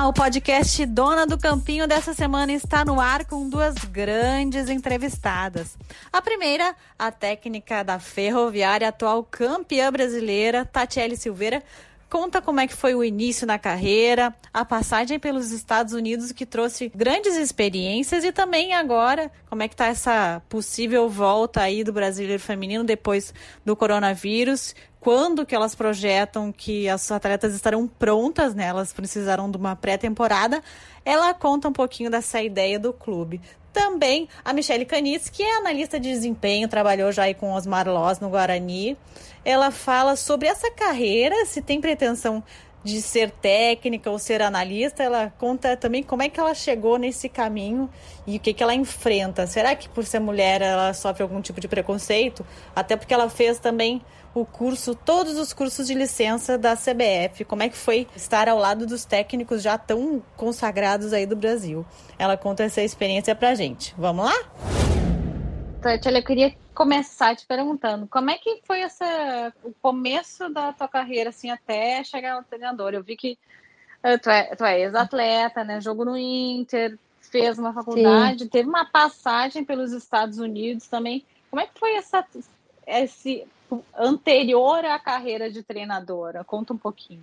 O podcast Dona do Campinho dessa semana está no ar com duas grandes entrevistadas. A primeira, a técnica da Ferroviária, atual campeã brasileira, Tatiele Silveira, conta como é que foi o início na carreira, a passagem pelos Estados Unidos que trouxe grandes experiências e também agora como é que está essa possível volta aí do brasileiro feminino depois do coronavírus. Quando que elas projetam que as atletas estarão prontas, né? Elas precisaram de uma pré-temporada. Ela conta um pouquinho dessa ideia do clube. Também a Michele Canitz, que é analista de desempenho, trabalhou já aí com Osmar Loz no Guarani. Ela fala sobre essa carreira, se tem pretensão de ser técnica ou ser analista. Ela conta também como é que ela chegou nesse caminho e o que ela enfrenta. Será que por ser mulher ela sofre algum tipo de preconceito? Até porque ela fez também todos os cursos de licença da CBF. Como é que foi estar ao lado dos técnicos já tão consagrados aí do Brasil? Ela conta essa experiência pra gente. Vamos lá? Tatiele, eu queria começar te perguntando, como é que foi o começo da tua carreira, assim, até chegar ao treinador? Eu vi que tu é ex-atleta, né? Jogo no Inter, fez uma faculdade, Sim. Teve uma passagem pelos Estados Unidos também. Como é que foi esse anterior à carreira de treinadora? Conta um pouquinho.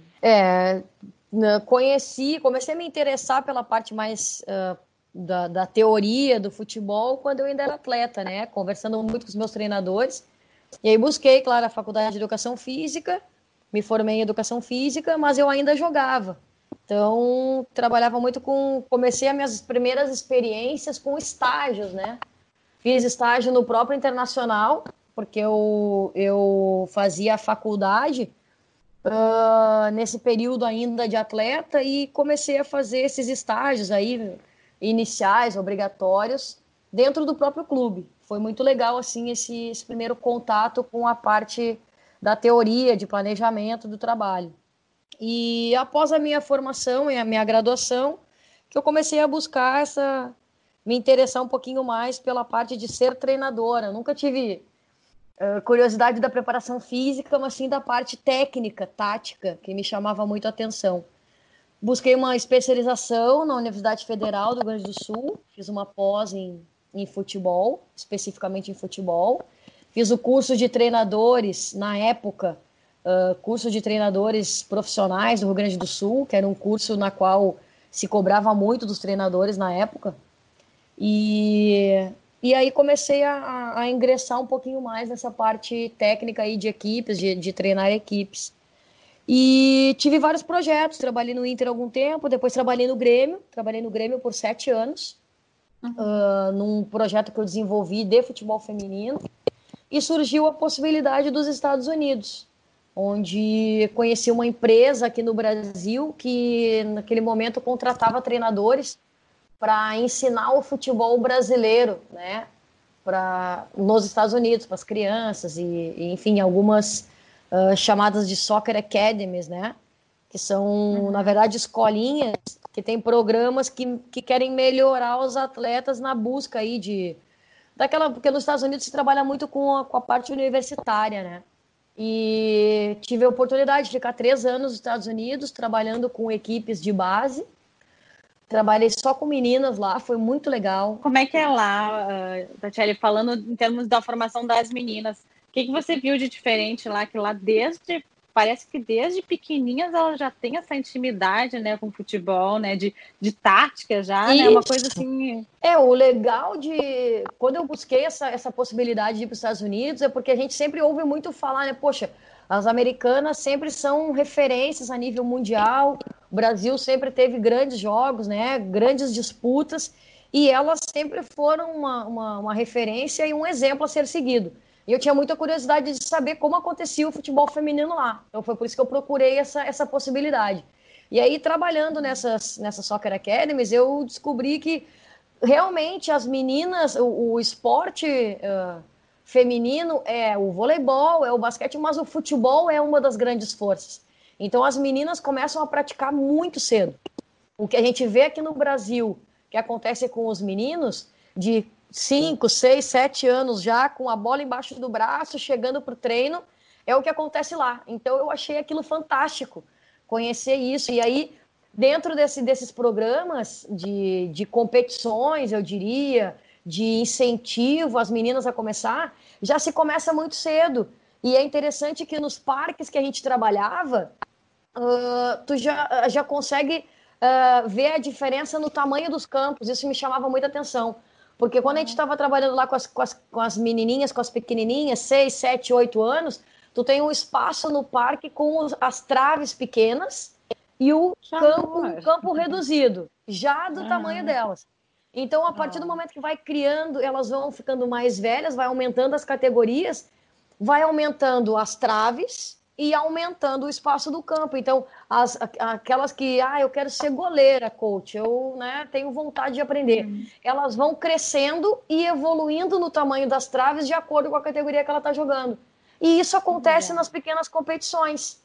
Comecei a me interessar pela parte mais da teoria do futebol quando eu ainda era atleta, né? Conversando muito com os meus treinadores. E aí busquei, claro, a faculdade de Educação Física, me formei em Educação Física, mas eu ainda jogava. Então, trabalhava muito comecei as minhas primeiras experiências com estágios, né? Fiz estágio no próprio Internacional, porque eu fazia a faculdade nesse período ainda de atleta e comecei a fazer esses estágios aí, iniciais, obrigatórios, dentro do próprio clube. Foi muito legal, assim, esse primeiro contato com a parte da teoria, de planejamento do trabalho. E após a minha formação e a minha graduação, que eu comecei a buscar me interessar um pouquinho mais pela parte de ser treinadora. Eu nunca tive curiosidade da preparação física, mas sim da parte técnica, tática, que me chamava muito a atenção. Busquei uma especialização na Universidade Federal do Rio Grande do Sul, fiz uma pós em futebol, especificamente em futebol. Fiz o curso de treinadores, na época, curso de treinadores profissionais do Rio Grande do Sul, que era um curso na qual se cobrava muito dos treinadores na época. E aí comecei a ingressar um pouquinho mais nessa parte técnica aí de equipes, de treinar equipes. E tive vários projetos, trabalhei no Inter há algum tempo, depois trabalhei no Grêmio por 7 anos, num projeto que eu desenvolvi de futebol feminino, e surgiu a possibilidade dos Estados Unidos, onde conheci uma empresa aqui no Brasil que naquele momento contratava treinadores para ensinar o futebol brasileiro, né, nos Estados Unidos, para as crianças e enfim, algumas chamadas de Soccer Academies, né, que são, na verdade, escolinhas que têm programas que querem melhorar os atletas na busca aí porque nos Estados Unidos se trabalha muito com a parte universitária, né, e tive a oportunidade de ficar 3 anos nos Estados Unidos trabalhando com equipes de base. Trabalhei só com meninas lá, foi muito legal. Como é que é lá, Tatiele, falando em termos da formação das meninas? O que você viu de diferente lá? Que lá parece que desde pequenininhas elas já têm essa intimidade, né, com o futebol, né, de tática já, Isso. Né? Uma coisa assim... O legal quando eu busquei essa possibilidade de ir para os Estados Unidos é porque a gente sempre ouve muito falar, né, poxa, as americanas sempre são referências a nível mundial, o Brasil sempre teve grandes jogos, né, grandes disputas, e elas sempre foram uma referência e um exemplo a ser seguido. E eu tinha muita curiosidade de saber como acontecia o futebol feminino lá. Então foi por isso que eu procurei essa possibilidade. E aí, trabalhando nessas Soccer Academies, eu descobri que realmente as meninas, o esporte feminino é o voleibol, é o basquete, mas o futebol é uma das grandes forças. Então as meninas começam a praticar muito cedo. O que a gente vê aqui no Brasil, que acontece com os meninos, de 5, 6, 7 anos já, com a bola embaixo do braço, chegando para o treino, é o que acontece lá. Então eu achei aquilo fantástico, conhecer isso. E aí dentro desses programas de competições, eu diria, de incentivo às meninas a começar, já se começa muito cedo. E é interessante que nos parques que a gente trabalhava, tu já consegue ver a diferença no tamanho dos campos. Isso me chamava muita atenção. Porque quando a gente estava trabalhando lá com as menininhas, com as pequenininhas, 6, 7, 8 anos, tu tem um espaço no parque com as traves pequenas e o campo reduzido, já do tamanho delas. Então, a partir do momento que vai criando, elas vão ficando mais velhas, vai aumentando as categorias, vai aumentando as traves e aumentando o espaço do campo. Então, aquelas que, eu quero ser goleira, coach, eu tenho vontade de aprender. Elas vão crescendo e evoluindo no tamanho das traves de acordo com a categoria que ela está jogando. E isso acontece nas pequenas competições.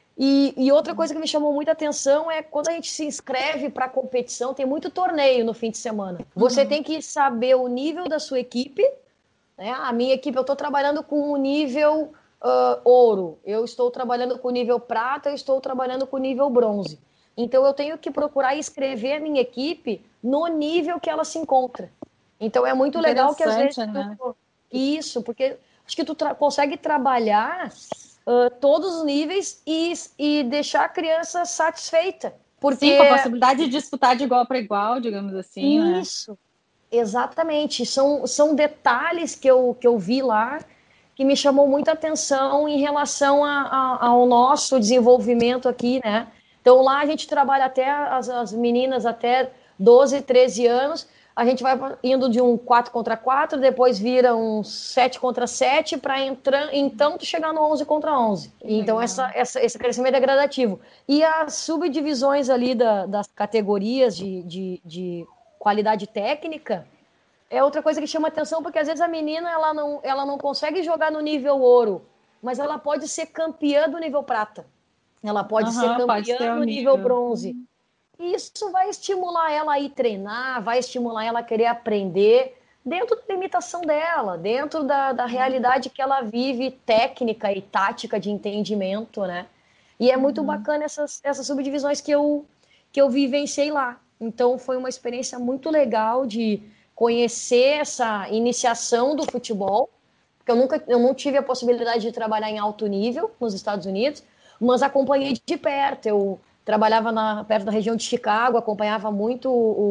E outra coisa que me chamou muita atenção é quando a gente se inscreve para a competição, tem muito torneio no fim de semana. Você tem que saber o nível da sua equipe, né? A minha equipe, eu estou trabalhando com o nível ouro, eu estou trabalhando com o nível prata, eu estou trabalhando com o nível bronze. Então, eu tenho que procurar escrever a minha equipe no nível que ela se encontra. Então, é muito legal que às vezes... Né? Isso, porque acho que tu consegue trabalhar todos os níveis e deixar a criança satisfeita. Porque... Sim, com a possibilidade de disputar de igual para igual, digamos assim. Isso, né? Exatamente. São detalhes que eu vi lá que me chamou muita atenção em relação ao nosso desenvolvimento aqui, né? Então, lá a gente trabalha até as meninas até 12, 13 anos, a gente vai indo de um 4 contra 4, depois vira um 7 contra 7, para então chegar no 11 contra 11. Então, esse crescimento é gradativo. E as subdivisões ali das categorias de qualidade técnica é outra coisa que chama atenção, porque às vezes a menina ela não consegue jogar no nível ouro, mas ela pode ser campeã do nível prata. Ela pode ser campeã do nível bronze. E isso vai estimular ela a ir treinar, vai estimular ela a querer aprender dentro da limitação dela, dentro da realidade que ela vive, técnica e tática de entendimento, né? E é muito bacana essas subdivisões que eu vivenciei lá. Então, foi uma experiência muito legal de conhecer essa iniciação do futebol, porque eu não tive a possibilidade de trabalhar em alto nível nos Estados Unidos, mas acompanhei de perto. Eu trabalhava perto da região de Chicago, acompanhava muito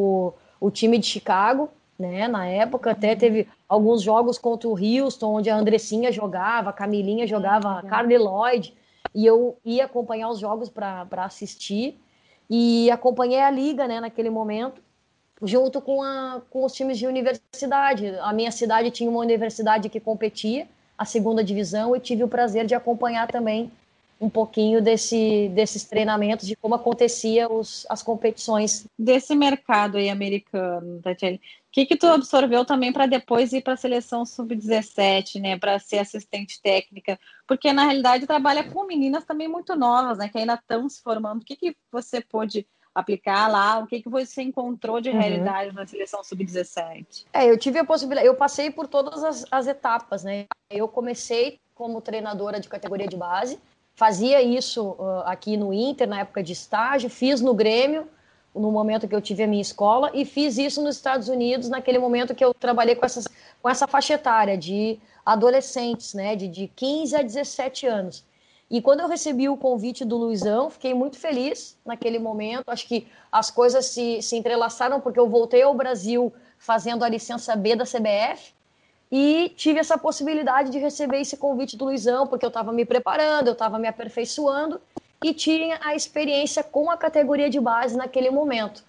o time de Chicago, né? Na época, até teve alguns jogos contra o Houston, onde a Andressinha jogava, a Camilinha jogava, a Carly Lloyd, e eu ia acompanhar os jogos para assistir, e acompanhei a liga, né, naquele momento, junto com os times de universidade. A minha cidade tinha uma universidade que competia, a segunda divisão, e tive o prazer de acompanhar também um pouquinho desses treinamentos, de como acontecia as competições. Desse mercado aí americano, Tatiele, o que tu absorveu também para depois ir para a seleção sub-17, né, para ser assistente técnica? Porque, na realidade, trabalha com meninas também muito novas, né, que ainda estão se formando. O que você pôde aplicar lá? O que você encontrou de realidade na seleção sub-17? Eu tive a possibilidade, eu passei por todas as etapas, né? Eu comecei como treinadora de categoria de base, fazia isso aqui no Inter, na época de estágio, fiz no Grêmio, no momento que eu tive a minha escola, e fiz isso nos Estados Unidos, naquele momento que eu trabalhei com essa faixa etária de adolescentes, né, de 15 a 17 anos. E quando eu recebi o convite do Luizão, fiquei muito feliz naquele momento. Acho que as coisas se entrelaçaram, porque eu voltei ao Brasil fazendo a licença B da CBF, e tive essa possibilidade de receber esse convite do Luizão, porque eu estava me preparando, eu estava me aperfeiçoando e tinha a experiência com a categoria de base naquele momento.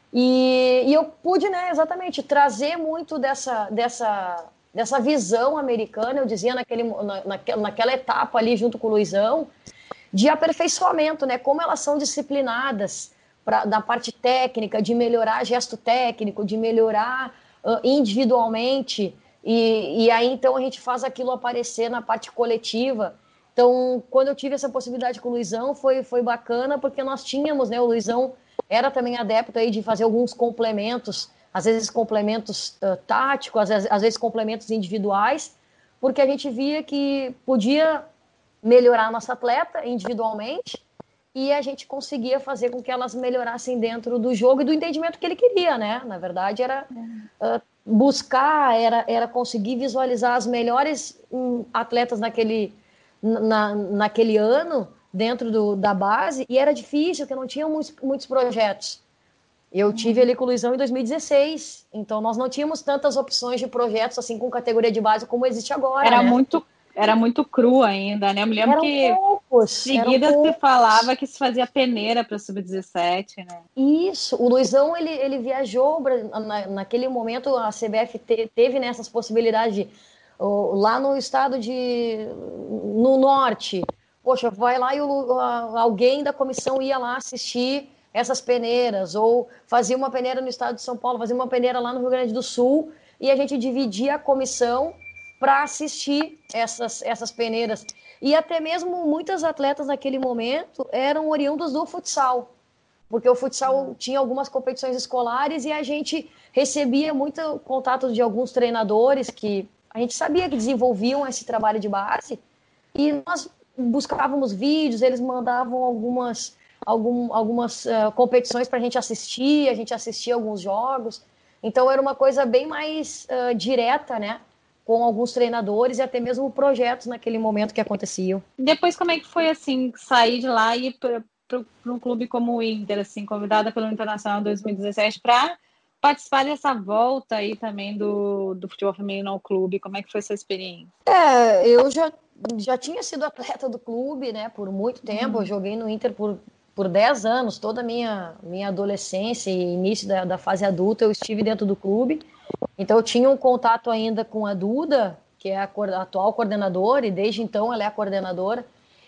E eu pude, né, exatamente, trazer muito dessa visão americana, eu dizia naquela etapa ali junto com o Luizão, de aperfeiçoamento, né, como elas são disciplinadas da parte técnica, de melhorar gesto técnico, de melhorar individualmente. E aí, então, a gente faz aquilo aparecer na parte coletiva. Então, quando eu tive essa possibilidade com o Luizão, foi bacana, porque nós tínhamos, né, o Luizão era também adepto aí de fazer alguns complementos, às vezes complementos táticos, às vezes complementos individuais, porque a gente via que podia melhorar a nossa atleta individualmente e a gente conseguia fazer com que elas melhorassem dentro do jogo e do entendimento que ele queria, né? Na verdade, era buscar, era conseguir visualizar as melhores atletas naquele ano dentro da base, e era difícil, porque não tinha muitos projetos. Eu tive ali com o Luizão em 2016, então nós não tínhamos tantas opções de projetos assim com categoria de base como existe agora, Era muito cru ainda, né? Eu me lembro que seguida se falava que se fazia peneira para sub-17, né? Isso, o Luizão, ele viajou, naquele momento a CBF teve nessas possibilidades de, lá no estado no norte, poxa, vai lá e alguém da comissão ia lá assistir essas peneiras, ou fazia uma peneira no estado de São Paulo, fazia uma peneira lá no Rio Grande do Sul, e a gente dividia a comissão para assistir essas peneiras. E até mesmo muitas atletas naquele momento eram oriundos do futsal, porque o futsal tinha algumas competições escolares e a gente recebia muito contato de alguns treinadores que a gente sabia que desenvolviam esse trabalho de base, e nós buscávamos vídeos, eles mandavam algumas competições para a gente assistia alguns jogos, então era uma coisa bem mais direta, né, com alguns treinadores e até mesmo projetos naquele momento que aconteciam. Depois, como é que foi, assim, sair de lá e ir para um clube como o Inter, assim, convidada pelo Internacional em 2017 para participar dessa volta aí também do futebol feminino ao clube? Como é que foi essa experiência? Eu já tinha sido atleta do clube, né, por muito tempo. Eu joguei no Inter por 10 anos, toda a minha adolescência e início da fase adulta eu estive dentro do clube. Então eu tinha um contato ainda com a Duda, que é a atual coordenadora, e desde então ela é a coordenadora.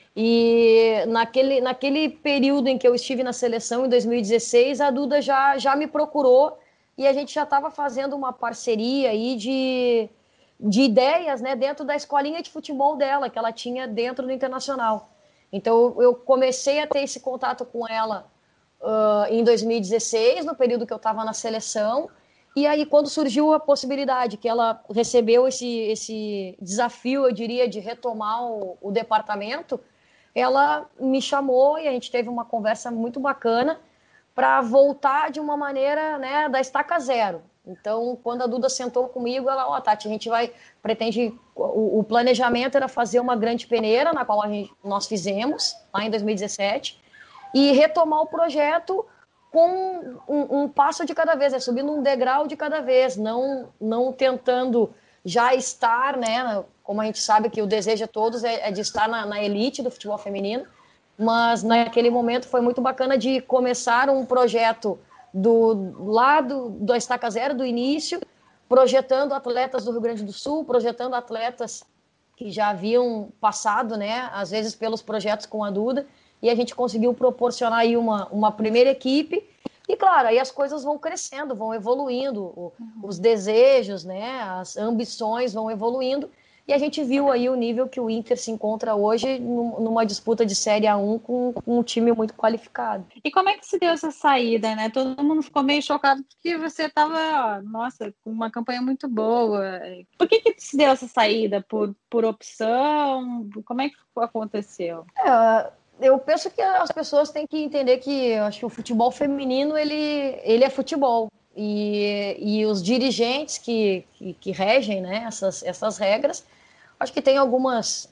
E naquele período em que eu estive na seleção, em 2016, a Duda já me procurou e a gente já estava fazendo uma parceria aí de ideias, né, dentro da escolinha de futebol dela, que ela tinha dentro do Internacional. Então eu comecei a ter esse contato com ela em 2016, no período que eu estava na seleção. E aí, quando surgiu a possibilidade que ela recebeu esse desafio, eu diria, de retomar o departamento, ela me chamou e a gente teve uma conversa muito bacana para voltar de uma maneira, né, da estaca zero. Então, quando a Duda sentou comigo, ela, Tati, a gente pretende, o planejamento era fazer uma grande peneira, na qual nós fizemos, lá em 2017, e retomar o projeto com um passo de cada vez, subindo um degrau de cada vez, não tentando já estar, né, como a gente sabe que o desejo de todos é de estar na elite do futebol feminino, mas naquele momento foi muito bacana de começar um projeto do lado da estaca zero, do início, projetando atletas do Rio Grande do Sul, projetando atletas que já haviam passado, né, às vezes pelos projetos com a Duda, e a gente conseguiu proporcionar aí uma primeira equipe. E, claro, aí as coisas vão crescendo, vão evoluindo, os desejos, né, as ambições vão evoluindo, e a gente viu aí o nível que o Inter se encontra hoje numa disputa de Série A1 com um time muito qualificado. E como é que se deu essa saída, né? Todo mundo ficou meio chocado porque você estava, nossa, com uma campanha muito boa. Por que se deu essa saída? Por opção? Como é que aconteceu? Eu penso que as pessoas têm que entender que eu acho que o futebol feminino ele é futebol, e os dirigentes que regem, né, essas regras, acho que tem algumas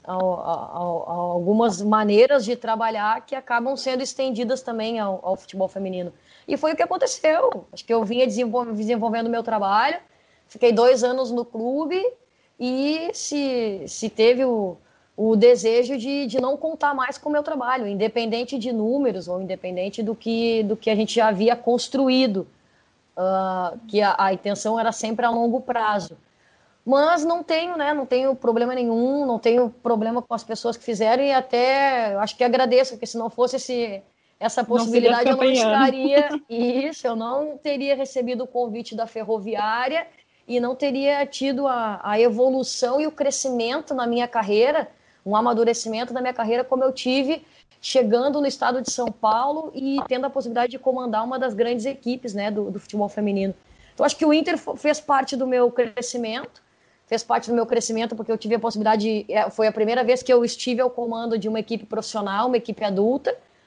maneiras de trabalhar que acabam sendo estendidas também ao futebol feminino. E foi o que aconteceu. Acho que eu vinha desenvolvendo o meu trabalho, fiquei 2 anos no clube, e se teve o desejo de não contar mais com o meu trabalho, independente de números ou independente do que a gente já havia construído, que a intenção era sempre a longo prazo. Mas não tenho problema nenhum, não tenho problema com as pessoas que fizeram, e até acho que agradeço, porque se não fosse essa possibilidade eu não estaria, eu não teria recebido o convite da Ferroviária e não teria tido a evolução e o crescimento na minha carreira, um amadurecimento na minha carreira como eu tive chegando no estado de São Paulo e tendo a possibilidade de comandar uma das grandes equipes, né, do futebol feminino. Então acho que o Inter fez parte do meu crescimento, porque eu tive a possibilidade, foi a primeira vez que eu estive ao comando de uma equipe profissional, uma equipe adulta,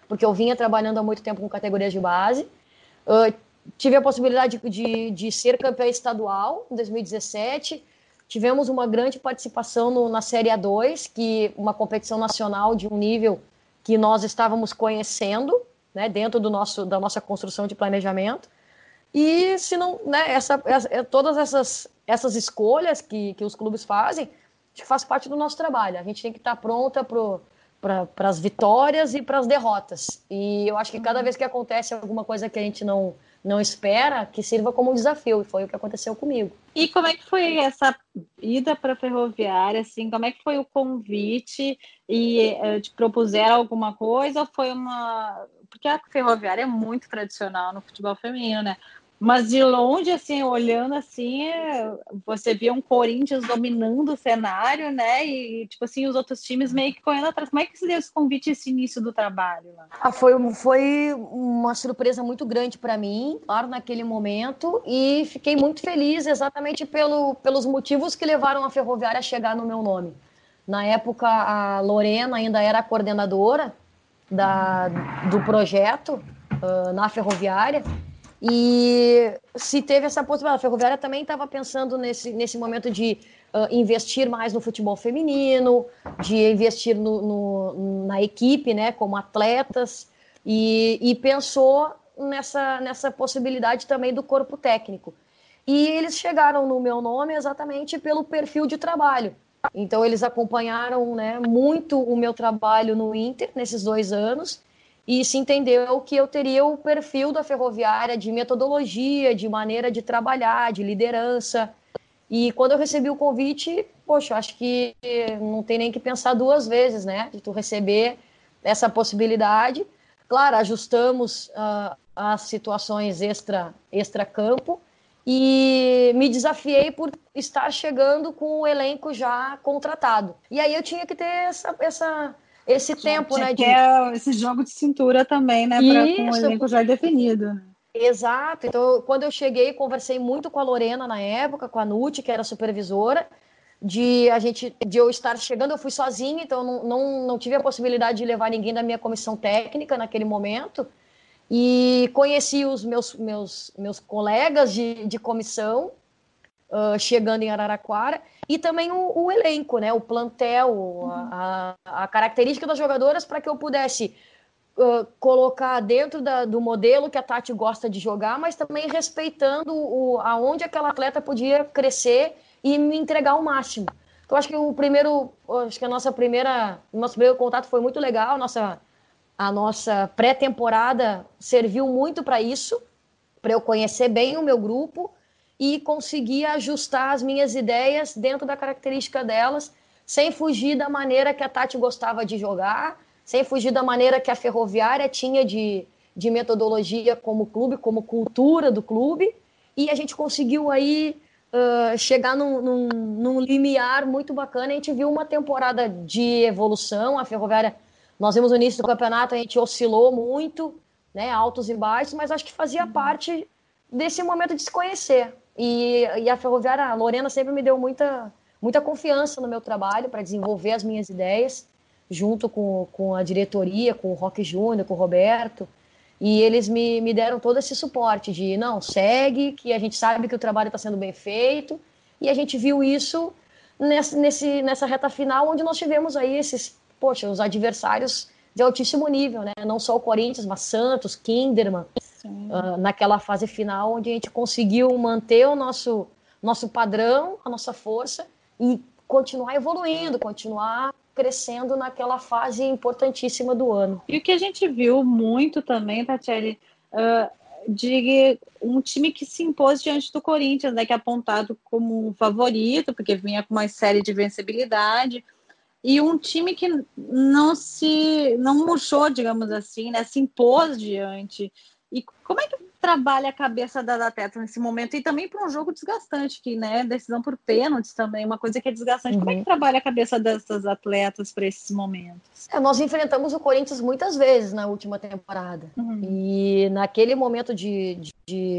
porque eu vinha trabalhando há muito tempo com categorias de base. Tive a possibilidade de ser campeã estadual em 2017. Tivemos uma grande participação na Série A2, que uma competição nacional de um nível que nós estávamos conhecendo, né, dentro da nossa construção de planejamento. E se não, né, todas essas escolhas que os clubes fazem, acho que faz parte do nosso trabalho. A gente tem que estar pronta para as vitórias e para as derrotas. E eu acho que cada vez que acontece alguma coisa que a gente não espera, que sirva como um desafio. E foi o que aconteceu comigo. E como é que foi essa ida para a Ferroviária? Assim, como é que foi o convite? E te propuseram alguma coisa? Ou foi uma... Porque a Ferroviária é muito tradicional no futebol feminino, né? Mas de longe, assim, olhando assim, você via um Corinthians dominando o cenário, né? E, tipo assim, os outros times meio que correndo atrás. Como é que se deu esse convite, esse início do trabalho lá? Foi uma surpresa muito grande para mim, claro, naquele momento, e fiquei muito feliz exatamente pelos motivos que levaram a Ferroviária a chegar no meu nome. Na época, a Lorena ainda era a coordenadora do projeto na Ferroviária, e se teve essa possibilidade. A Ferroviária também estava pensando nesse momento de investir mais no futebol feminino, de investir na equipe, né, como atletas, e pensou nessa possibilidade também do corpo técnico. E eles chegaram no meu nome exatamente pelo perfil de trabalho. Então, eles acompanharam, né, muito o meu trabalho no Inter nesses 2 anos, e se entendeu que eu teria o perfil da Ferroviária de metodologia, de maneira de trabalhar, de liderança. E quando eu recebi o convite, poxa, acho que não tem nem que pensar 2 vezes, né? De tu receber essa possibilidade. Claro, ajustamos as situações extra-campo e me desafiei por estar chegando com o elenco já contratado. E aí eu tinha que ter esse tempo, né? Esse jogo de cintura também, né? Com o elenco já definido. Né? Exato. Então, quando eu cheguei, conversei muito com a Lorena na época, com a Nuti, que era supervisora, de eu estar chegando. Eu fui sozinha, então não tive a possibilidade de levar ninguém da minha comissão técnica naquele momento. E conheci os meus colegas de comissão, chegando em Araraquara, e também o elenco, né? O plantel, a característica das jogadoras, para que eu pudesse colocar dentro do modelo que a Tati gosta de jogar, mas também respeitando aonde aquela atleta podia crescer e me entregar o máximo. Então, acho que o nosso primeiro contato foi muito legal. A nossa pré-temporada serviu muito para isso, para eu conhecer bem o meu grupo e conseguir ajustar as minhas ideias dentro da característica delas, sem fugir da maneira que a Tati gostava de jogar, sem fugir da maneira que a Ferroviária tinha de metodologia como clube, como cultura do clube, e a gente conseguiu aí chegar num limiar muito bacana. A gente viu uma temporada de evolução. A Ferroviária, nós vimos no início do campeonato, a gente oscilou muito, né, altos e baixos, mas acho que fazia parte desse momento de se conhecer. E a Ferroviária, a Lorena sempre me deu muita confiança no meu trabalho para desenvolver as minhas ideias, junto com a diretoria, com o Roque Júnior, com o Roberto, e eles me deram todo esse suporte de, não, segue, que a gente sabe que o trabalho está sendo bem feito, e a gente viu isso nessa reta final, onde nós tivemos aí os adversários de altíssimo nível, né? Não só o Corinthians, mas Santos, Kinderman, naquela fase final, onde a gente conseguiu manter o nosso padrão, a nossa força, e continuar evoluindo, continuar crescendo naquela fase importantíssima do ano. E o que a gente viu muito também, Tatiele, de um time que se impôs diante do Corinthians, né, que é apontado como um favorito, porque vinha com uma série de vencibilidade, e um time que não murchou, digamos assim, né, se impôs diante. E como é que trabalha a cabeça das atletas nesse momento? E também para um jogo desgastante, que, né, decisão por pênaltis também, uma coisa que é desgastante. Como é que trabalha a cabeça dessas atletas para esses momentos? Nós enfrentamos o Corinthians muitas vezes na última temporada. E naquele momento de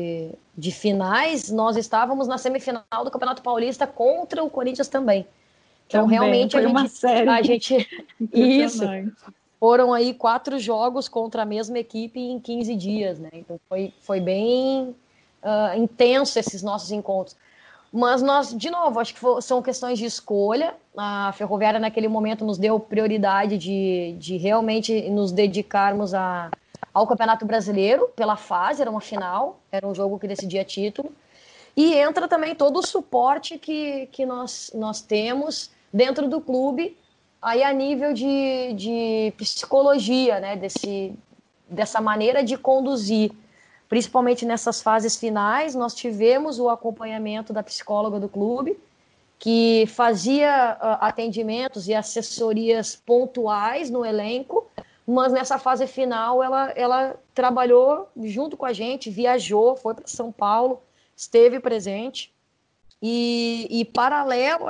finais, nós estávamos na semifinal do Campeonato Paulista contra o Corinthians também. Então, também, realmente, a gente... Isso. foram aí 4 jogos contra a mesma equipe em 15 dias, né? Então foi bem intenso esses nossos encontros. Mas nós, de novo, acho que são questões de escolha. A Ferroviária, naquele momento, nos deu prioridade de realmente nos dedicarmos ao Campeonato Brasileiro, pela fase, era uma final, era um jogo que decidia título. E entra também todo o suporte que nós temos dentro do clube, aí a nível de psicologia, né? Dessa maneira de conduzir. Principalmente nessas fases finais, nós tivemos o acompanhamento da psicóloga do clube, que fazia atendimentos e assessorias pontuais no elenco, mas nessa fase final ela trabalhou junto com a gente, viajou, foi para São Paulo, esteve presente, e paralelo a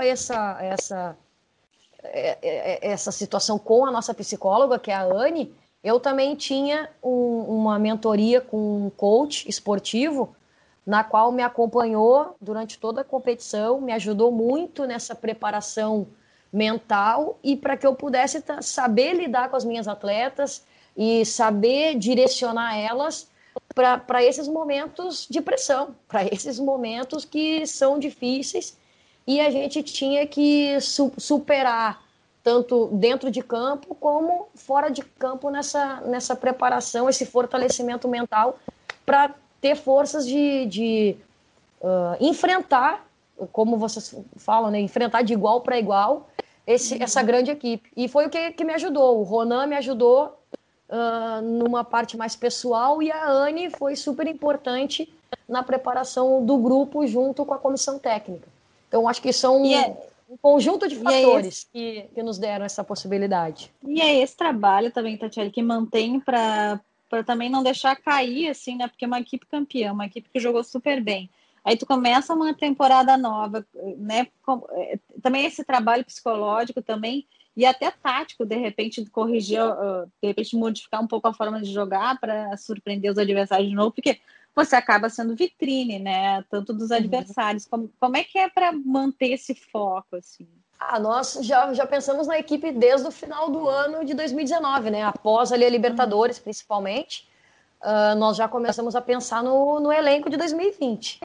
essa situação com a nossa psicóloga, que é a Anne, eu também tinha uma mentoria com um coach esportivo, na qual me acompanhou durante toda a competição, me ajudou muito nessa preparação mental e para que eu pudesse saber lidar com as minhas atletas e saber direcionar elas para esses momentos de pressão, para esses momentos que são difíceis e a gente tinha que superar tanto dentro de campo como fora de campo nessa preparação, esse fortalecimento mental para ter forças de enfrentar, como vocês falam, né, enfrentar de igual para igual essa grande equipe. E foi o que me ajudou. O Ronan me ajudou numa parte mais pessoal e a Anne foi super importante na preparação do grupo junto com a comissão técnica. Então, acho que são um conjunto de fatores que nos deram essa possibilidade. E é esse trabalho também, Tatiele, que mantém para também não deixar cair, assim, né? Porque é uma equipe campeã, uma equipe que jogou super bem. Aí tu começa uma temporada nova, né? Também esse trabalho psicológico também, e até tático, de repente, corrigir, de repente modificar um pouco a forma de jogar para surpreender os adversários de novo, porque você acaba sendo vitrine, né? Tanto dos adversários. Como é que é para manter esse foco, assim? Nós já pensamos na equipe desde o final do ano de 2019, né? Após ali a Libertadores, principalmente, nós já começamos a pensar no elenco de 2020.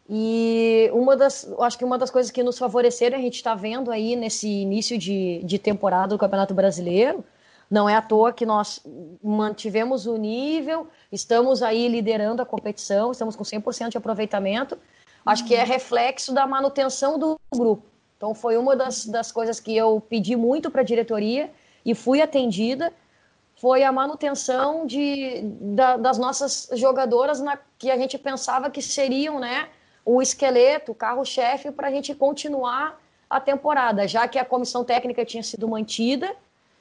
E acho que uma das coisas que nos favoreceram, a gente está vendo aí nesse início de temporada do Campeonato Brasileiro, não é à toa que nós mantivemos o nível, estamos aí liderando a competição, estamos com 100% de aproveitamento. Acho que é reflexo da manutenção do grupo. Então, foi uma das coisas que eu pedi muito para a diretoria e fui atendida, foi a manutenção das nossas jogadoras que a gente pensava que seriam, né, o esqueleto, o carro-chefe para a gente continuar a temporada, já que a comissão técnica tinha sido mantida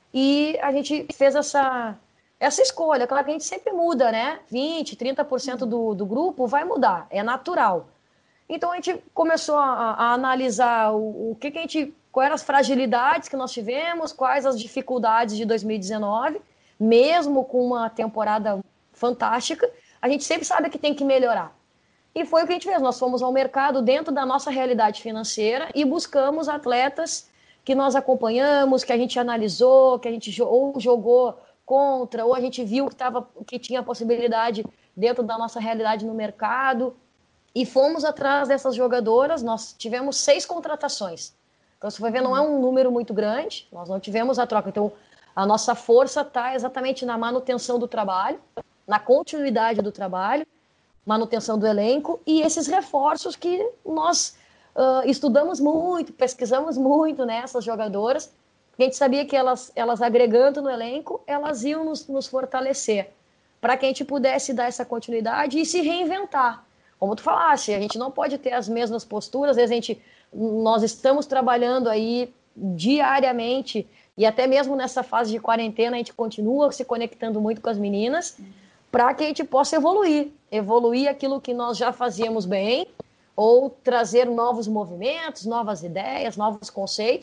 e a gente fez essa escolha. Claro que a gente sempre muda, né? 20%, 30% do grupo vai mudar, é natural. Então a gente começou a analisar quais eram as fragilidades que nós tivemos, quais as dificuldades de 2019, mesmo com uma temporada fantástica, a gente sempre sabe que tem que melhorar. E foi o que a gente fez, nós fomos ao mercado dentro da nossa realidade financeira e buscamos atletas que nós acompanhamos, que a gente analisou, que a gente ou jogou contra, ou a gente viu que tinha possibilidade dentro da nossa realidade no mercado. E fomos atrás dessas jogadoras, nós tivemos 6 contratações. Então, se for ver, não é um número muito grande, nós não tivemos a troca. Então, a nossa força está exatamente na manutenção do trabalho, na continuidade do trabalho, manutenção do elenco e esses reforços que nós estudamos muito, pesquisamos muito nessas jogadoras. A gente sabia que elas agregando no elenco, elas iam nos fortalecer para que a gente pudesse dar essa continuidade e se reinventar. Como tu falaste, a gente não pode ter as mesmas posturas, às vezes nós estamos trabalhando aí diariamente e até mesmo nessa fase de quarentena a gente continua se conectando muito com as meninas para que a gente possa evoluir aquilo que nós já fazíamos bem ou trazer novos movimentos, novas ideias, novos conceitos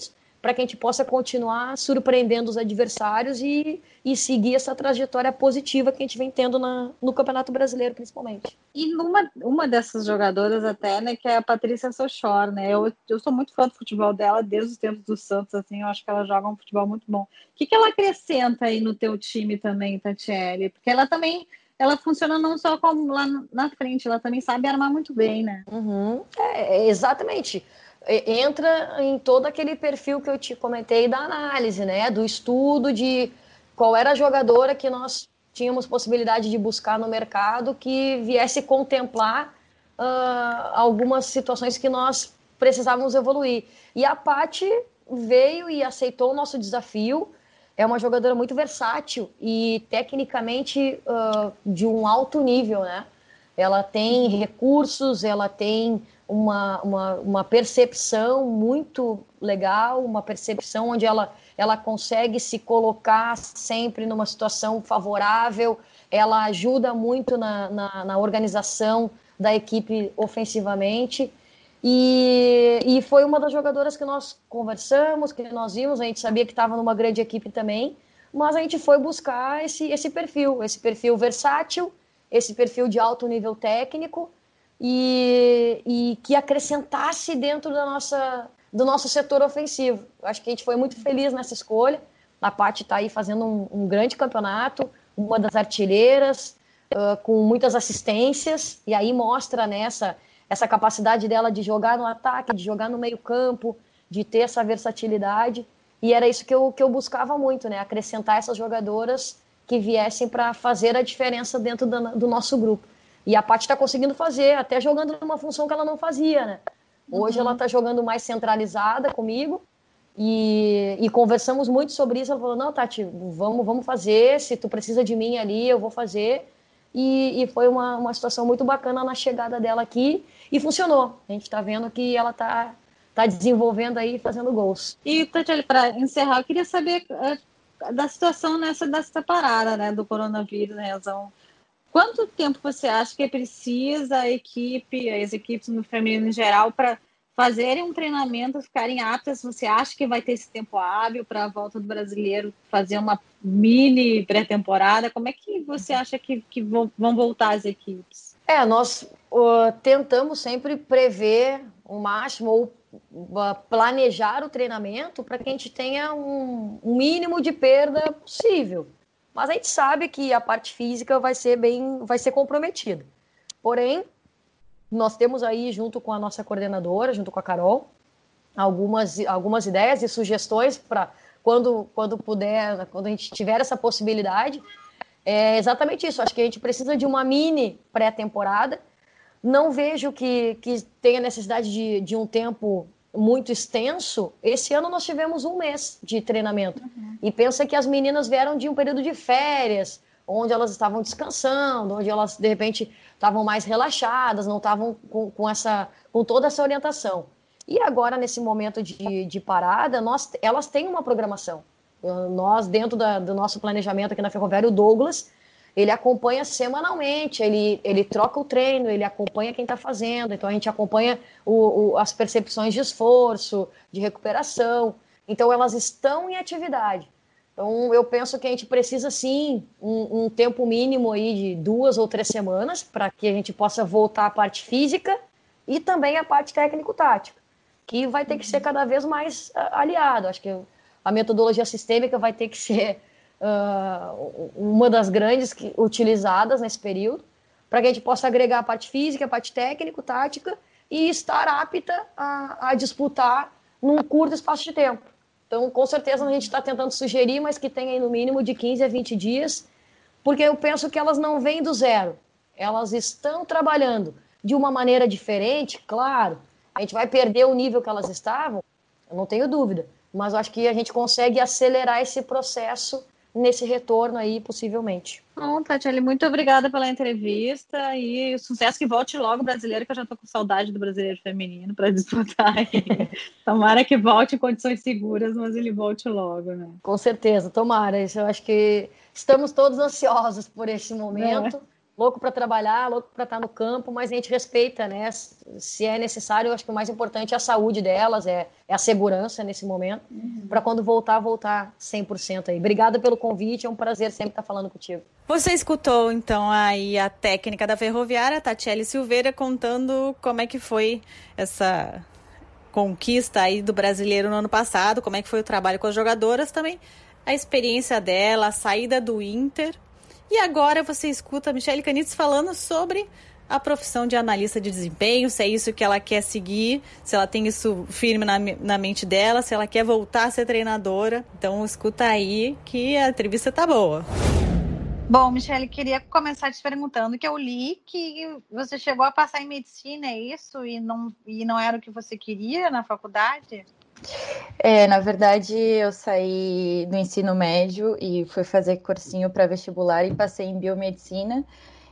para que a gente possa continuar surpreendendo os adversários e seguir essa trajetória positiva que a gente vem tendo no Campeonato Brasileiro, principalmente. E uma dessas jogadoras até, né, que é a Patrícia Sochor, né? Eu sou muito fã do futebol dela desde os tempos do Santos, assim, eu acho que ela joga um futebol muito bom. O que ela acrescenta aí no teu time também, Tatiele? Porque ela funciona não só como lá na frente, ela também sabe armar muito bem, né? Exatamente. Entra em todo aquele perfil que eu te comentei da análise, né? Do estudo de qual era a jogadora que nós tínhamos possibilidade de buscar no mercado que viesse contemplar algumas situações que nós precisávamos evoluir. E a Paty veio e aceitou o nosso desafio. É uma jogadora muito versátil e tecnicamente de um alto nível, né? Ela tem recursos, ela tem uma percepção muito legal, uma percepção onde ela consegue se colocar sempre numa situação favorável, ela ajuda muito na organização da equipe ofensivamente. E foi uma das jogadoras que nós conversamos, que nós vimos, a gente sabia que estava numa grande equipe também, mas a gente foi buscar esse perfil versátil, esse perfil de alto nível técnico e que acrescentasse dentro do nosso setor ofensivo. Acho que a gente foi muito feliz nessa escolha. A Paty está aí fazendo um grande campeonato, uma das artilheiras, com muitas assistências, e aí mostra essa capacidade dela de jogar no ataque, de jogar no meio campo, de ter essa versatilidade. E era isso que eu buscava muito, né? Acrescentar essas jogadoras que viessem para fazer a diferença dentro do nosso grupo. E a Paty está conseguindo fazer, até jogando numa função que ela não fazia, né? Hoje ela está jogando mais centralizada comigo e conversamos muito sobre isso. Ela falou, não, Tati, vamos fazer, se tu precisa de mim ali, eu vou fazer. E foi uma situação muito bacana na chegada dela aqui e funcionou. A gente está vendo que ela está desenvolvendo aí, fazendo gols. E, Tatiele, para encerrar, eu queria saber da situação dessa parada, né, do coronavírus, né, Razão. Quanto tempo você acha que precisa as equipes no feminino em geral, para fazerem um treinamento, ficarem aptas? Você acha que vai ter esse tempo hábil para a volta do brasileiro fazer uma mini pré-temporada? Como é que você acha que vão voltar as equipes? Nós tentamos sempre prever o máximo ou planejar o treinamento para que a gente tenha um mínimo de perda possível. Mas a gente sabe que a parte física vai ser comprometida. Porém, nós temos aí, junto com a nossa coordenadora, junto com a Carol, algumas ideias e sugestões para quando puder, quando a gente tiver essa possibilidade. É exatamente isso. Acho que a gente precisa de uma mini pré-temporada. Não vejo que tenha necessidade de um tempo muito extenso. Esse ano nós tivemos 1 mês de treinamento. E pensa que as meninas vieram de um período de férias, onde elas estavam descansando, onde elas, de repente, estavam mais relaxadas, não estavam com toda essa orientação. E agora, nesse momento de parada, elas têm uma programação. Nós, dentro do nosso planejamento aqui na Ferroviária, o Douglas, ele acompanha semanalmente, ele troca o treino, ele acompanha quem está fazendo, então a gente acompanha as percepções de esforço, de recuperação. Então elas estão em atividade. Então eu penso que a gente precisa sim um tempo mínimo aí de 2 ou 3 semanas para que a gente possa voltar à parte física e também à parte técnico-tática, que vai ter que ser cada vez mais aliado. Acho que a metodologia sistêmica vai ter que ser uma das grandes utilizadas nesse período, para que a gente possa agregar a parte física, a parte técnico-tática e estar apta a disputar num curto espaço de tempo. Então, com certeza, a gente está tentando sugerir, mas que tenha aí no mínimo de 15 a 20 dias, porque eu penso que elas não vêm do zero. Elas estão trabalhando de uma maneira diferente, claro. A gente vai perder o nível que elas estavam, eu não tenho dúvida, mas eu acho que a gente consegue acelerar esse processo nesse retorno aí, possivelmente. Bom, Tatiele, muito obrigada pela entrevista e sucesso, que volte logo o brasileiro, que eu já estou com saudade do brasileiro feminino para disputar. Tomara que volte em condições seguras, mas ele volte logo, né? Com certeza, tomara. Isso, eu acho que estamos todos ansiosos por esse momento louco para trabalhar, louco para estar no campo, mas a gente respeita, né? Se é necessário, eu acho que o mais importante é a saúde delas, é a segurança nesse momento, para quando voltar 100% aí. Obrigada pelo convite, é um prazer sempre estar falando contigo. Você escutou, então, aí a técnica da Ferroviária, Tatiele Silveira, contando como é que foi essa conquista aí do brasileiro no ano passado, como é que foi o trabalho com as jogadoras também, a experiência dela, a saída do Inter. E agora você escuta a Michele Canides falando sobre a profissão de analista de desempenho, se é isso que ela quer seguir, se ela tem isso firme na mente dela, se ela quer voltar a ser treinadora. Então escuta aí que a entrevista tá boa. Bom, Michele, queria começar te perguntando que eu li que você chegou a passar em medicina, é isso? E não era o que você queria na faculdade? Na verdade, eu saí do ensino médio e fui fazer cursinho para vestibular e passei em biomedicina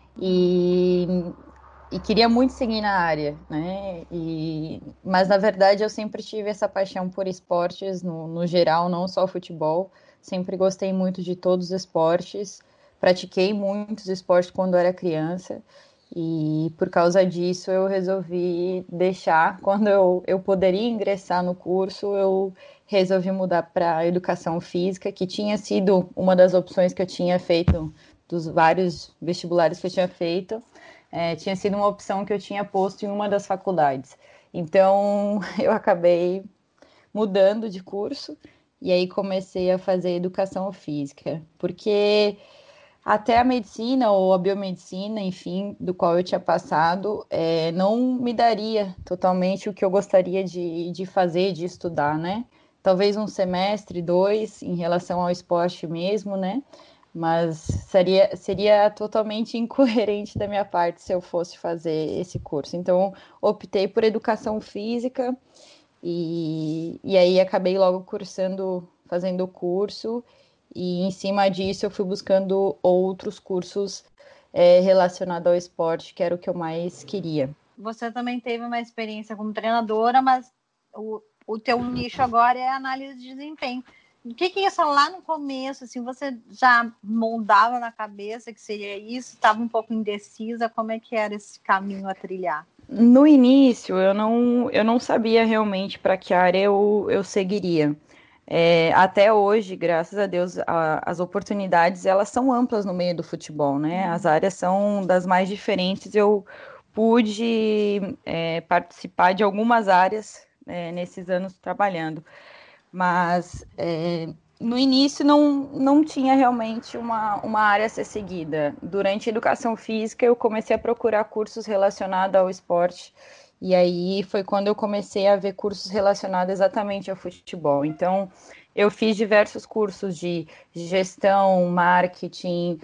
e queria muito seguir na área, né? Mas, na verdade, eu sempre tive essa paixão por esportes no geral, não só futebol. Sempre gostei muito de todos os esportes. Pratiquei muitos esportes quando era criança e por causa disso eu resolvi deixar. Quando eu poderia ingressar no curso, eu resolvi mudar para educação física, que tinha sido uma das opções que eu tinha feito, dos vários vestibulares que eu tinha feito, tinha sido uma opção que eu tinha posto em uma das faculdades. Então eu acabei mudando de curso e aí comecei a fazer educação física, porque até a medicina ou a biomedicina, enfim, do qual eu tinha passado, não me daria totalmente o que eu gostaria de fazer, de estudar, né? Talvez um semestre, 2, em relação ao esporte mesmo, né? Mas seria totalmente incoerente da minha parte se eu fosse fazer esse curso. Então, optei por educação física e aí acabei logo fazendo o curso. E em cima disso eu fui buscando outros cursos relacionados ao esporte, que era o que eu mais queria. Você também teve uma experiência como treinadora, mas o teu nicho agora é análise de desempenho. O que é isso lá no começo? Assim, você já moldava na cabeça que seria isso? Estava um pouco indecisa? Como é que era esse caminho a trilhar? No início, eu não sabia realmente para que área eu seguiria. Até hoje, graças a Deus, as oportunidades elas são amplas no meio do futebol, né? As áreas são das mais diferentes. Eu pude participar de algumas áreas nesses anos trabalhando, mas no início não tinha realmente uma área a ser seguida. Durante a educação física, eu comecei a procurar cursos relacionados ao esporte. E aí foi quando eu comecei a ver cursos relacionados exatamente ao futebol. Então, eu fiz diversos cursos de gestão, marketing,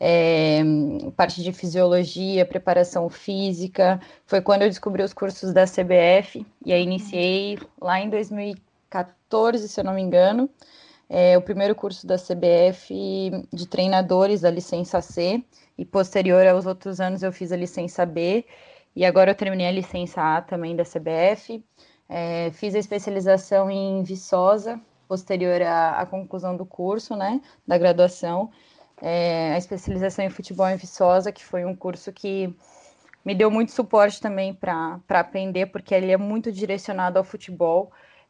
parte de fisiologia, preparação física. Foi quando eu descobri os cursos da CBF, e aí iniciei lá em 2014, se eu não me engano, o primeiro curso da CBF de treinadores, da licença C, e posterior aos outros anos eu fiz a licença B, e agora eu terminei a licença A também da CBF, fiz a especialização em Viçosa, posterior à conclusão do curso, né, da graduação, a especialização em futebol em Viçosa, que foi um curso que me deu muito suporte também para aprender, porque ele é muito direcionado ao futebol,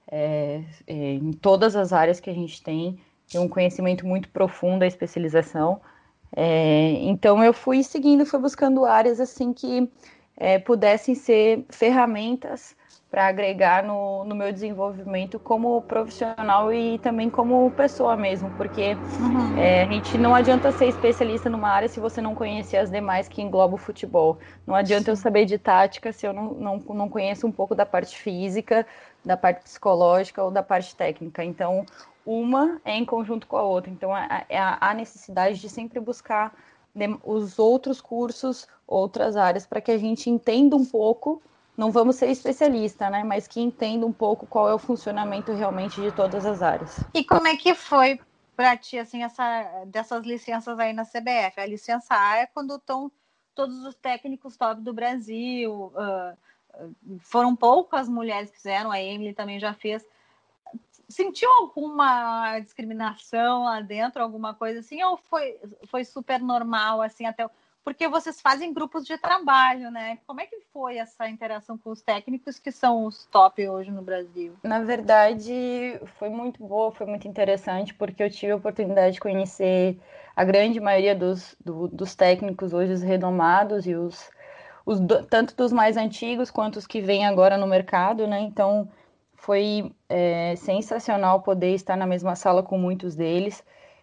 em todas as áreas que a gente tem um conhecimento muito profundo da especialização. Então eu fui buscando áreas assim que pudessem ser ferramentas para agregar no meu desenvolvimento como profissional e também como pessoa mesmo, porque a gente não adianta ser especialista numa área se você não conhecer as demais que englobam o futebol. Não adianta eu saber de tática se eu não conheço um pouco da parte física, da parte psicológica ou da parte técnica. Então, uma é em conjunto com a outra. Então, há necessidade de sempre buscar os outros cursos, outras áreas, para que a gente entenda um pouco, não vamos ser especialista, né? Mas que entenda um pouco qual é o funcionamento realmente de todas as áreas. E como é que foi para ti, assim, dessas licenças aí na CBF? A licença A é quando estão todos os técnicos top do Brasil, foram poucas mulheres que fizeram, a Emily também já fez. Sentiu alguma discriminação lá dentro, alguma coisa assim, ou foi super normal, assim, até porque vocês fazem grupos de trabalho, né? Como é que foi essa interação com os técnicos que são os top hoje no Brasil? Na verdade, foi muito boa, foi muito interessante, porque eu tive a oportunidade de conhecer a grande maioria dos técnicos hoje, os renomados, e tanto dos mais antigos quanto os que vêm agora no mercado, né? Então, foi sensacional poder estar na mesma sala com muitos deles.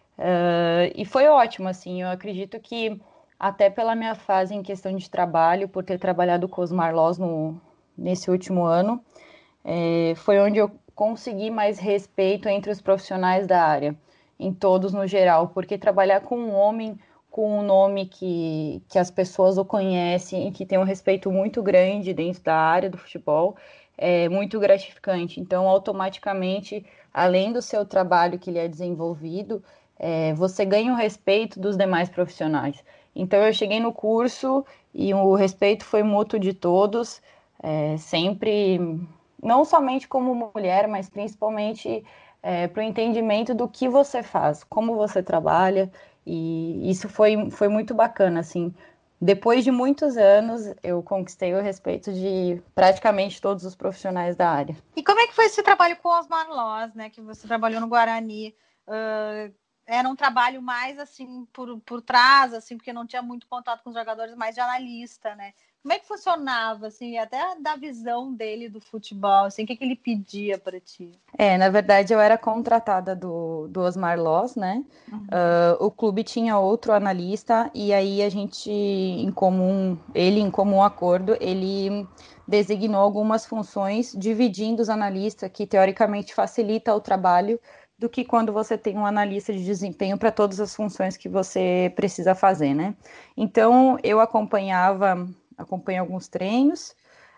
E foi ótimo, assim, eu acredito que até pela minha fase em questão de trabalho, por ter trabalhado com os Marlós nesse último ano, foi onde eu consegui mais respeito entre os profissionais da área, em todos no geral, porque trabalhar com um homem com um nome que as pessoas o conhecem e que tem um respeito muito grande dentro da área do futebol é muito gratificante. Então, automaticamente, além do seu trabalho que ele é desenvolvido, você ganha o respeito dos demais profissionais. Então, eu cheguei no curso e o respeito foi mútuo de todos, sempre, não somente como mulher, mas principalmente para o entendimento do que você faz, como você trabalha, e isso foi muito bacana, assim. Depois de muitos anos, eu conquistei o respeito de praticamente todos os profissionais da área. E como é que foi esse trabalho com os Marlós, né? Que você trabalhou no Guarani? Era um trabalho mais assim por trás, assim, porque não tinha muito contato com os jogadores, mais de analista, né? Como é que funcionava, assim, até da visão dele do futebol, assim, o que ele pedia para ti? Na verdade, eu era contratada do Osmar Loz, né? Uhum. O clube tinha outro analista e aí a gente, em comum acordo, ele designou algumas funções, dividindo os analistas, que teoricamente facilita o trabalho, do que quando você tem um analista de desempenho para todas as funções que você precisa fazer, né? Então, eu acompanho alguns treinos,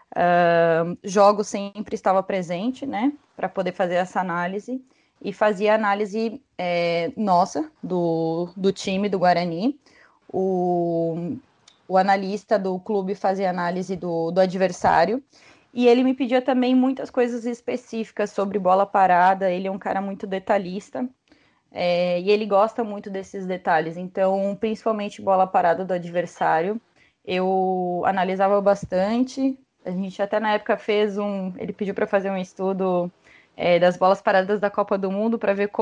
jogos sempre estava presente, né, para poder fazer essa análise, e fazia análise nossa, do time do Guarani. O analista do clube fazia análise do adversário, e ele me pedia também muitas coisas específicas sobre bola parada. Ele é um cara muito detalhista, e ele gosta muito desses detalhes, então, principalmente bola parada do adversário, eu analisava bastante. A gente até na época ele pediu para fazer um estudo das bolas paradas da Copa do Mundo, para ver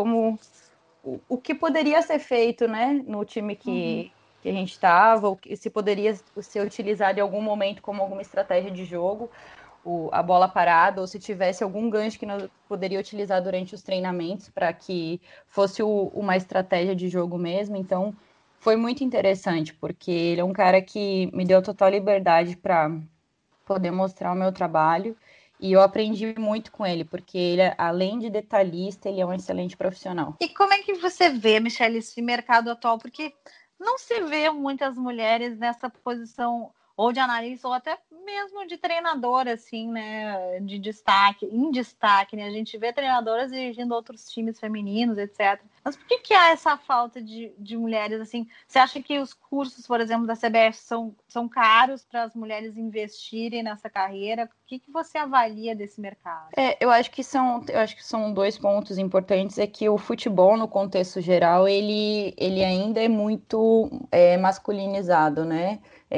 o que poderia ser feito, né, no time que a gente estava, ou se poderia ser utilizado em algum momento como alguma estratégia de jogo, a bola parada, ou se tivesse algum gancho que nós poderia utilizar durante os treinamentos para que fosse uma estratégia de jogo mesmo. Então, foi muito interessante, porque ele é um cara que me deu total liberdade para poder mostrar o meu trabalho, e eu aprendi muito com ele, porque ele, além de detalhista, ele é um excelente profissional. E como é que você vê, Michele, esse mercado atual? Porque não se vê muitas mulheres nessa posição, ou de analista, ou até mesmo de treinadora, assim, né, em destaque, né, a gente vê treinadoras dirigindo outros times femininos, etc. Mas por que há essa falta de mulheres, assim? Você acha que os cursos, por exemplo, da CBF são caros para as mulheres investirem nessa carreira? O que você avalia desse mercado? Eu acho que são 2 pontos importantes. É que o futebol, no contexto geral, ele ainda é muito masculinizado, né?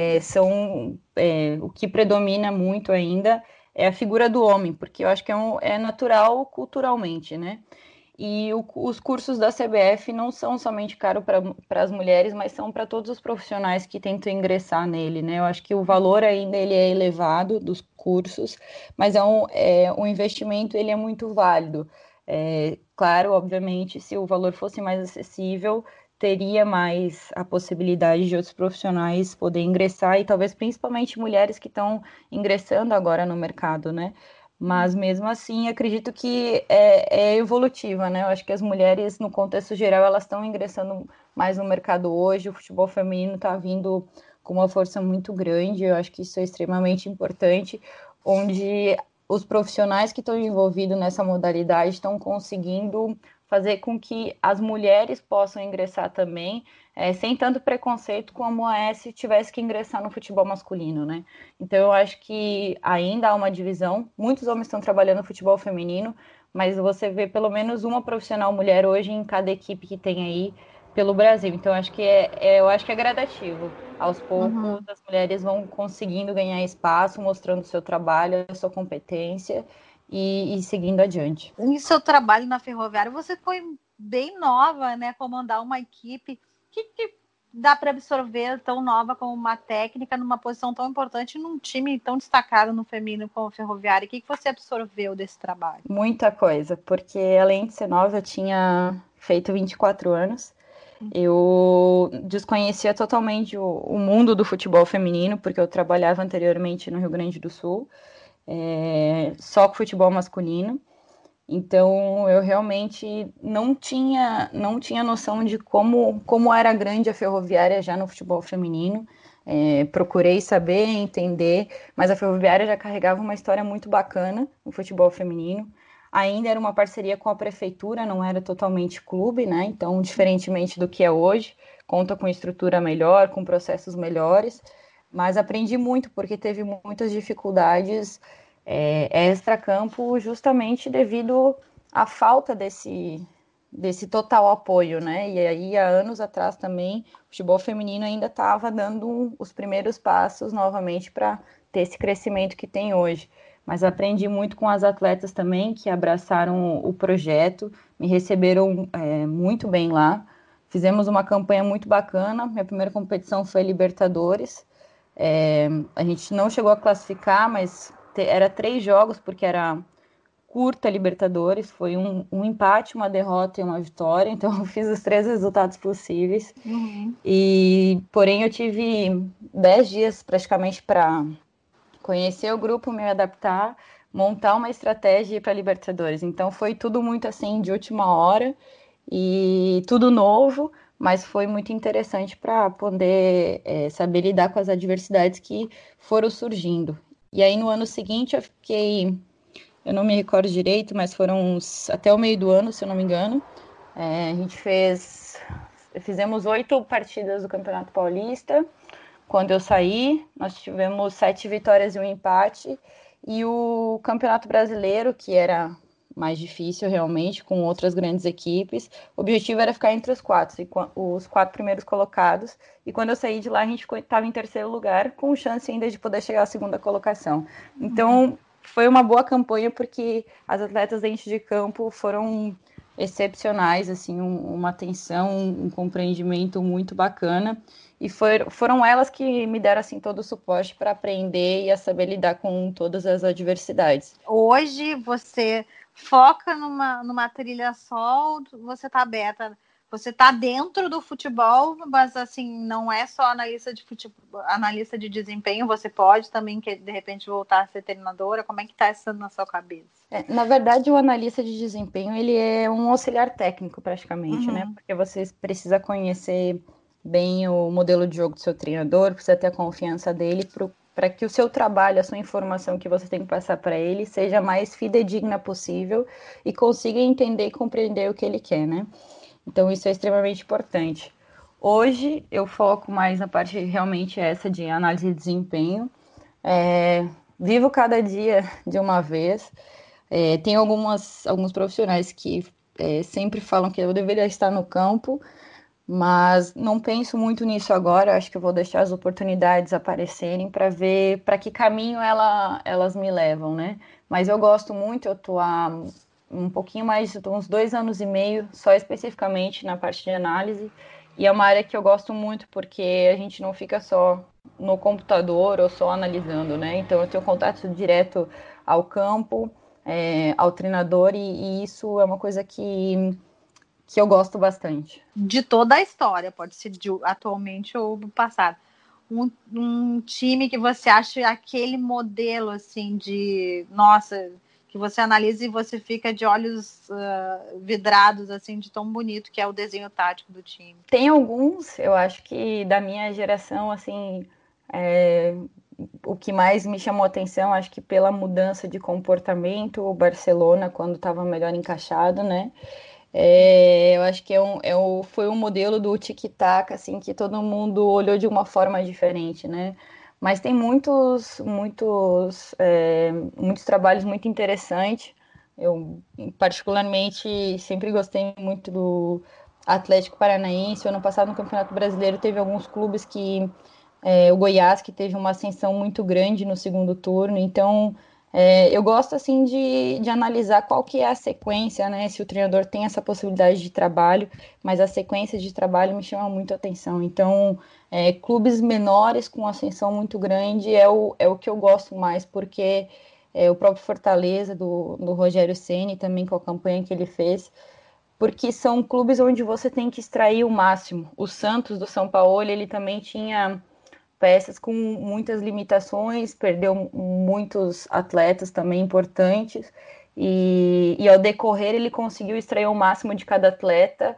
O que predomina muito ainda é a figura do homem, porque eu acho que é natural culturalmente, né? E os cursos da CBF não são somente caros para as mulheres, mas são para todos os profissionais que tentam ingressar nele, né? Eu acho que o valor ainda ele é elevado dos cursos, mas um investimento, ele é muito válido. Claro, obviamente, se o valor fosse mais acessível, teria mais a possibilidade de outros profissionais poder ingressar, e talvez principalmente mulheres que estão ingressando agora no mercado, né? Mas mesmo assim, acredito que é evolutiva, né? Eu acho que as mulheres, no contexto geral, elas estão ingressando mais no mercado hoje. O futebol feminino está vindo com uma força muito grande. Eu acho que isso é extremamente importante, onde os profissionais que estão envolvidos nessa modalidade estão conseguindo fazer com que as mulheres possam ingressar também, sem tanto preconceito como se tivesse que ingressar no futebol masculino, né? Então, eu acho que ainda há uma divisão. Muitos homens estão trabalhando no futebol feminino, mas você vê pelo menos uma profissional mulher hoje em cada equipe que tem aí pelo Brasil. Então, eu acho que é gradativo. aos poucos as mulheres vão conseguindo ganhar espaço, mostrando o seu trabalho, a sua competência e seguindo adiante. Em seu trabalho na Ferroviária, você foi bem nova, né? Comandar uma equipe. O que dá para absorver tão nova como uma técnica numa posição tão importante num time tão destacado no feminino como a Ferroviária? O que você absorveu desse trabalho? Muita coisa, porque além de ser nova, eu tinha feito 24 anos. Eu desconhecia totalmente o mundo do futebol feminino, porque eu trabalhava anteriormente no Rio Grande do Sul, só com futebol masculino. Então, eu realmente não tinha noção de como era grande a Ferroviária já no futebol feminino. Procurei saber, entender, mas a Ferroviária já carregava uma história muito bacana no futebol feminino. Ainda era uma parceria com a prefeitura, não era totalmente clube, né? Então, diferentemente do que é hoje, conta com estrutura melhor, com processos melhores, mas aprendi muito, porque teve muitas dificuldades extra-campo, justamente devido à falta desse total apoio, né? E aí, há anos atrás também, o futebol feminino ainda estava dando os primeiros passos novamente para ter esse crescimento que tem hoje. Mas aprendi muito com as atletas também, que abraçaram o projeto, me receberam muito bem lá. Fizemos uma campanha muito bacana, minha primeira competição foi Libertadores. A gente não chegou a classificar, mas era 3 jogos, porque era curta Libertadores, foi um empate, uma derrota e uma vitória, então eu fiz os 3 resultados possíveis. Porém, eu tive 10 dias praticamente para conhecer o grupo, me adaptar, montar uma estratégia para Libertadores. Então foi tudo muito assim de última hora e tudo novo, mas foi muito interessante para poder saber lidar com as adversidades que foram surgindo. E aí no ano seguinte eu não me recordo direito, mas foram até o meio do ano, se eu não me engano. A gente fizemos 8 partidas do Campeonato Paulista. Quando eu saí, nós tivemos 7 vitórias e um empate. E o Campeonato Brasileiro, que era mais difícil realmente, com outras grandes equipes, o objetivo era ficar entre os 4 primeiros colocados. E quando eu saí de lá, a gente estava em terceiro lugar, com chance ainda de poder chegar à segunda colocação. Então, foi uma boa campanha, porque as atletas dentro de campo foram excepcionais, assim, uma atenção, um compreendimento muito bacana. E foram elas que me deram assim todo o suporte para aprender e a saber lidar com todas as adversidades. Hoje você foca numa trilha só, você está aberta, você está dentro do futebol, mas assim, não é só analista de futebol, analista de desempenho, você pode também, de repente, voltar a ser treinadora. Como é que está isso na sua cabeça? Na verdade, o analista de desempenho, ele é um auxiliar técnico praticamente, né? Porque você precisa conhecer bem o modelo de jogo do seu treinador, precisa ter a confiança dele para que o seu trabalho, a sua informação que você tem que passar para ele seja a mais fidedigna possível e consiga entender e compreender o que ele quer, né? Então, isso é extremamente importante. Hoje, eu foco mais na parte realmente essa de análise de desempenho. Vivo cada dia de uma vez. Tem alguns profissionais que sempre falam que eu deveria estar no campo, mas não penso muito nisso agora. Acho que eu vou deixar as oportunidades aparecerem para ver para que caminho elas me levam, né? Mas eu gosto muito, eu estou há um pouquinho mais, uns 2 anos e meio, só especificamente na parte de análise, e é uma área que eu gosto muito, porque a gente não fica só no computador ou só analisando, né? Então eu tenho contato direto ao campo, ao treinador, e isso é uma coisa que eu gosto bastante. De toda a história, pode ser de atualmente ou do passado. Um time que você acha aquele modelo assim de, nossa, que você analisa e você fica de olhos vidrados assim de tão bonito que é o desenho tático do time. Tem alguns, eu acho que da minha geração, assim, o que mais me chamou a atenção, acho que pela mudança de comportamento, o Barcelona, quando estava melhor encaixado, né? Eu acho que foi um modelo do tic-tac, assim, que todo mundo olhou de uma forma diferente, né? Mas tem muitos trabalhos muito interessantes. Eu, particularmente, sempre gostei muito do Atlético Paranaense. Ano passado, no Campeonato Brasileiro, teve alguns clubes que o Goiás, que teve uma ascensão muito grande no segundo turno. Então, eu gosto, assim, de analisar qual que é a sequência, né? Se o treinador tem essa possibilidade de trabalho, mas a sequência de trabalho me chama muito a atenção. Então, clubes menores com ascensão muito grande é o que eu gosto mais, porque o próprio Fortaleza, do Rogério Ceni, também com a campanha que ele fez, porque são clubes onde você tem que extrair o máximo. O Santos, do São Paulo, ele também tinha peças com muitas limitações, perdeu muitos atletas também importantes, e ao decorrer ele conseguiu extrair o máximo de cada atleta,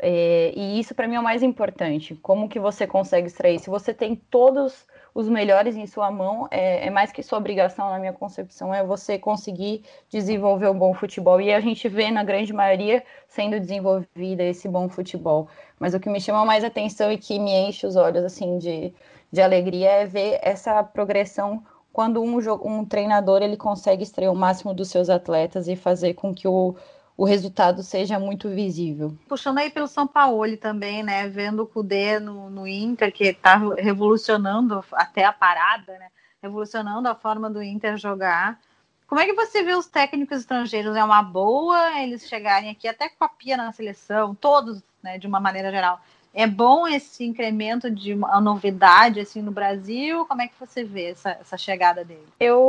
e isso para mim é o mais importante. Como que você consegue extrair? Se você tem todos os melhores em sua mão, é mais que sua obrigação, na minha concepção, é você conseguir desenvolver um bom futebol, e a gente vê na grande maioria sendo desenvolvida esse bom futebol. Mas o que me chama mais atenção e que me enche os olhos assim de alegria é ver essa progressão quando um treinador ele consegue extrair o máximo dos seus atletas e fazer com que o resultado seja muito visível. Puxando aí pelo São Paulo também, né? Vendo o Kudê no Inter, que está revolucionando até a parada, né? Revolucionando a forma do Inter jogar. Como é que você vê os técnicos estrangeiros? É uma boa eles chegarem aqui até com a pia na seleção, todos, né, de uma maneira geral? É bom esse incremento de uma novidade assim no Brasil? Como é que você vê essa chegada dele?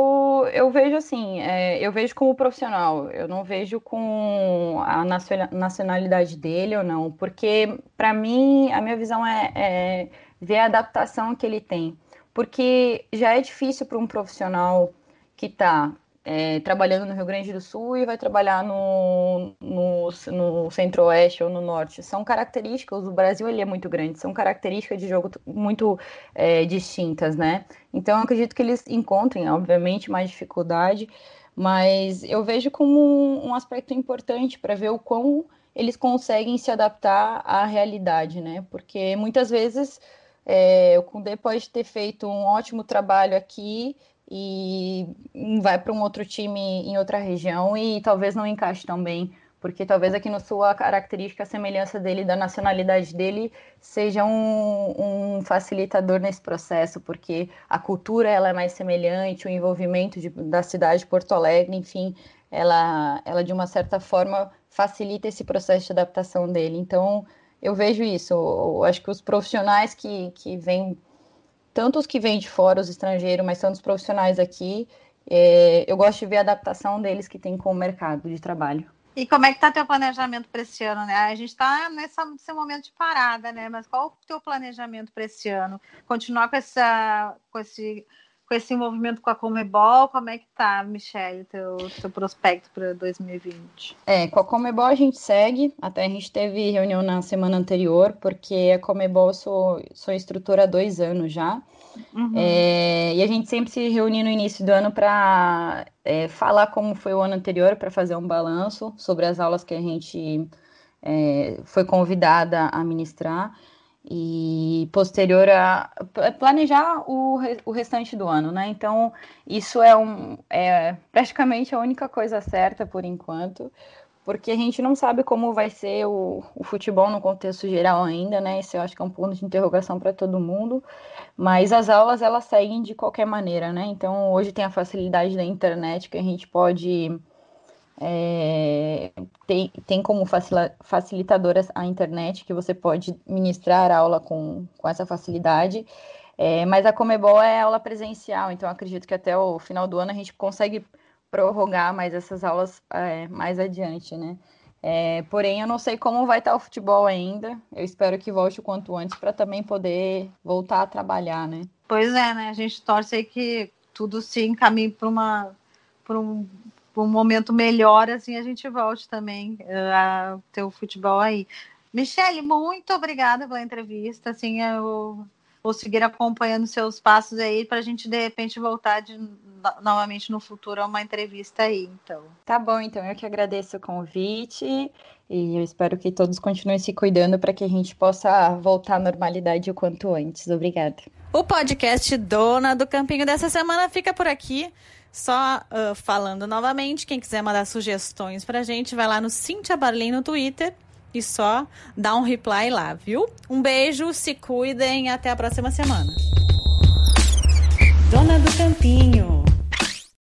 Eu vejo assim, eu vejo como profissional, eu não vejo com a nacionalidade dele ou não, porque para mim, a minha visão é ver a adaptação que ele tem, porque já é difícil para um profissional que está trabalhando no Rio Grande do Sul e vai trabalhar no Centro-Oeste ou no Norte. São características, o Brasil ele é muito grande, são características de jogo muito distintas, né? Então eu acredito que eles encontrem, obviamente, mais dificuldade, mas eu vejo como um aspecto importante para ver o quão eles conseguem se adaptar à realidade, né? Porque muitas vezes o Koundé pode ter feito um ótimo trabalho aqui e vai para um outro time em outra região e talvez não encaixe tão bem, porque talvez aqui no Sul a característica, a semelhança dele, da nacionalidade dele, seja um facilitador nesse processo, porque a cultura ela é mais semelhante, o envolvimento da cidade de Porto Alegre, enfim, ela de uma certa forma facilita esse processo de adaptação dele. Então eu vejo isso, eu acho que os profissionais que vêm, tanto os que vêm de fora, os estrangeiros, mas tanto os profissionais aqui, eu gosto de ver a adaptação deles que tem com o mercado de trabalho. E como é que está teu planejamento para esse ano, né? A gente está nesse momento de parada, né? Mas qual o teu planejamento para esse ano? Continuar com esse envolvimento com a Conmebol? Como é que tá, Michele, teu prospecto para 2020? Com a Conmebol a gente segue, até a gente teve reunião na semana anterior, porque a Conmebol eu sou instrutora há 2 anos já, e a gente sempre se reúne no início do ano para falar como foi o ano anterior, para fazer um balanço sobre as aulas que a gente foi convidada a ministrar, e posterior a planejar o restante do ano, né? Então, isso é praticamente a única coisa certa por enquanto, porque a gente não sabe como vai ser o futebol no contexto geral ainda, né? Esse eu acho que é um ponto de interrogação para todo mundo, mas as aulas, elas seguem de qualquer maneira, né? Então, hoje tem a facilidade da internet que a gente pode... tem como facilitadoras a internet, que você pode ministrar a aula com essa facilidade, mas a Conmebol é aula presencial, então acredito que até o final do ano a gente consegue prorrogar mais essas aulas mais adiante, né? Porém, eu não sei como vai estar o futebol ainda, eu espero que volte o quanto antes para também poder voltar a trabalhar, né? Pois é, né? A gente torce aí que tudo se encaminhe para um momento melhor, assim a gente volte também a ter o futebol aí. Michele, muito obrigada pela entrevista, assim, eu vou seguir acompanhando seus passos aí para a gente, de repente, voltar novamente no futuro a uma entrevista aí, então. Tá bom, então, eu que agradeço o convite e eu espero que todos continuem se cuidando para que a gente possa voltar à normalidade o quanto antes. Obrigada. O podcast Dona do Campinho dessa semana fica por aqui. Só falando novamente, quem quiser mandar sugestões pra gente, vai lá no Cíntia Barlin no Twitter e só dá um reply lá, viu? Um beijo, se cuidem e até a próxima semana. Dona do Campinho.